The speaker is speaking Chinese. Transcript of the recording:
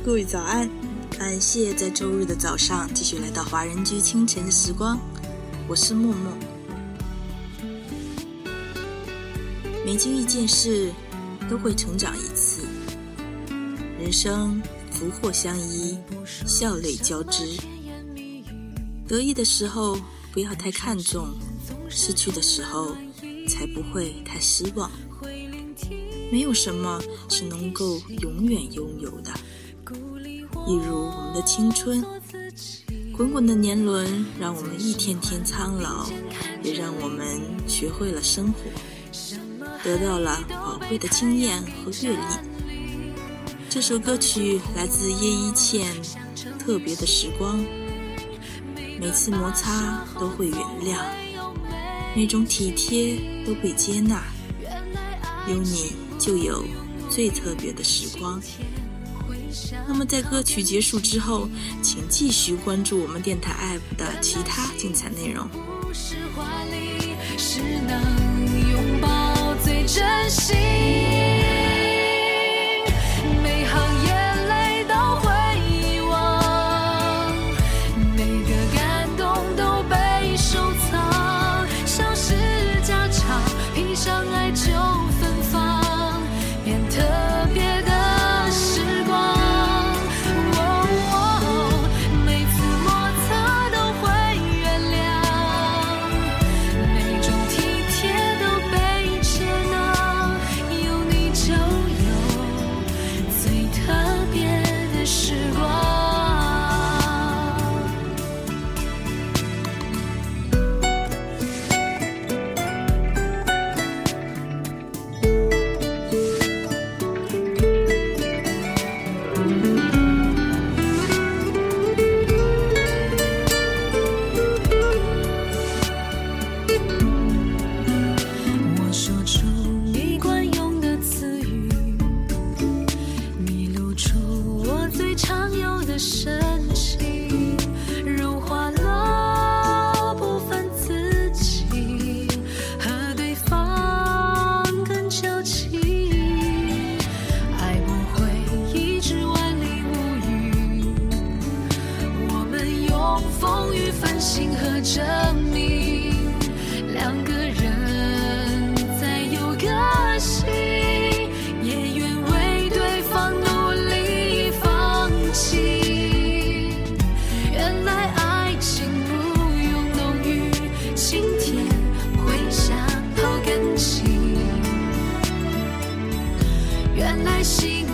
各位早安，感谢在周日的早上继续来到华人居清晨的时光，我是默默。每经一件事都会成长一次，人生福祸相依，笑泪交织。得意的时候不要太看重，失去的时候才不会太失望。没有什么是能够永远拥有的，一如我们的青春，滚滚的年轮让我们一天天苍老，也让我们学会了生活，得到了宝贵的经验和阅历。这首歌曲来自叶一茜，特别的时光。每次摩擦都会原谅，每种体贴都被接纳，有你就有最特别的时光。那么在歌曲结束之后，请继续关注我们电台 APP 的其他精彩内容。 是华丽，是能拥抱最真心，每行眼泪都会遗忘，每个感动都被收藏，小事家常，披上爱就芬芳，变特别的时光。每次摩擦都会原谅，每种体贴都被接纳，有你就有最特别的时光。我说出你惯用的词语，你露出我最常有的神情，融化了部分自己，和对方更交集。爱不会一直万里无云，我们用风雨翻新和证明，两个人再有个性，也愿为对方努力放弃。原来爱情不用浓郁，晴天会想好更近。原来心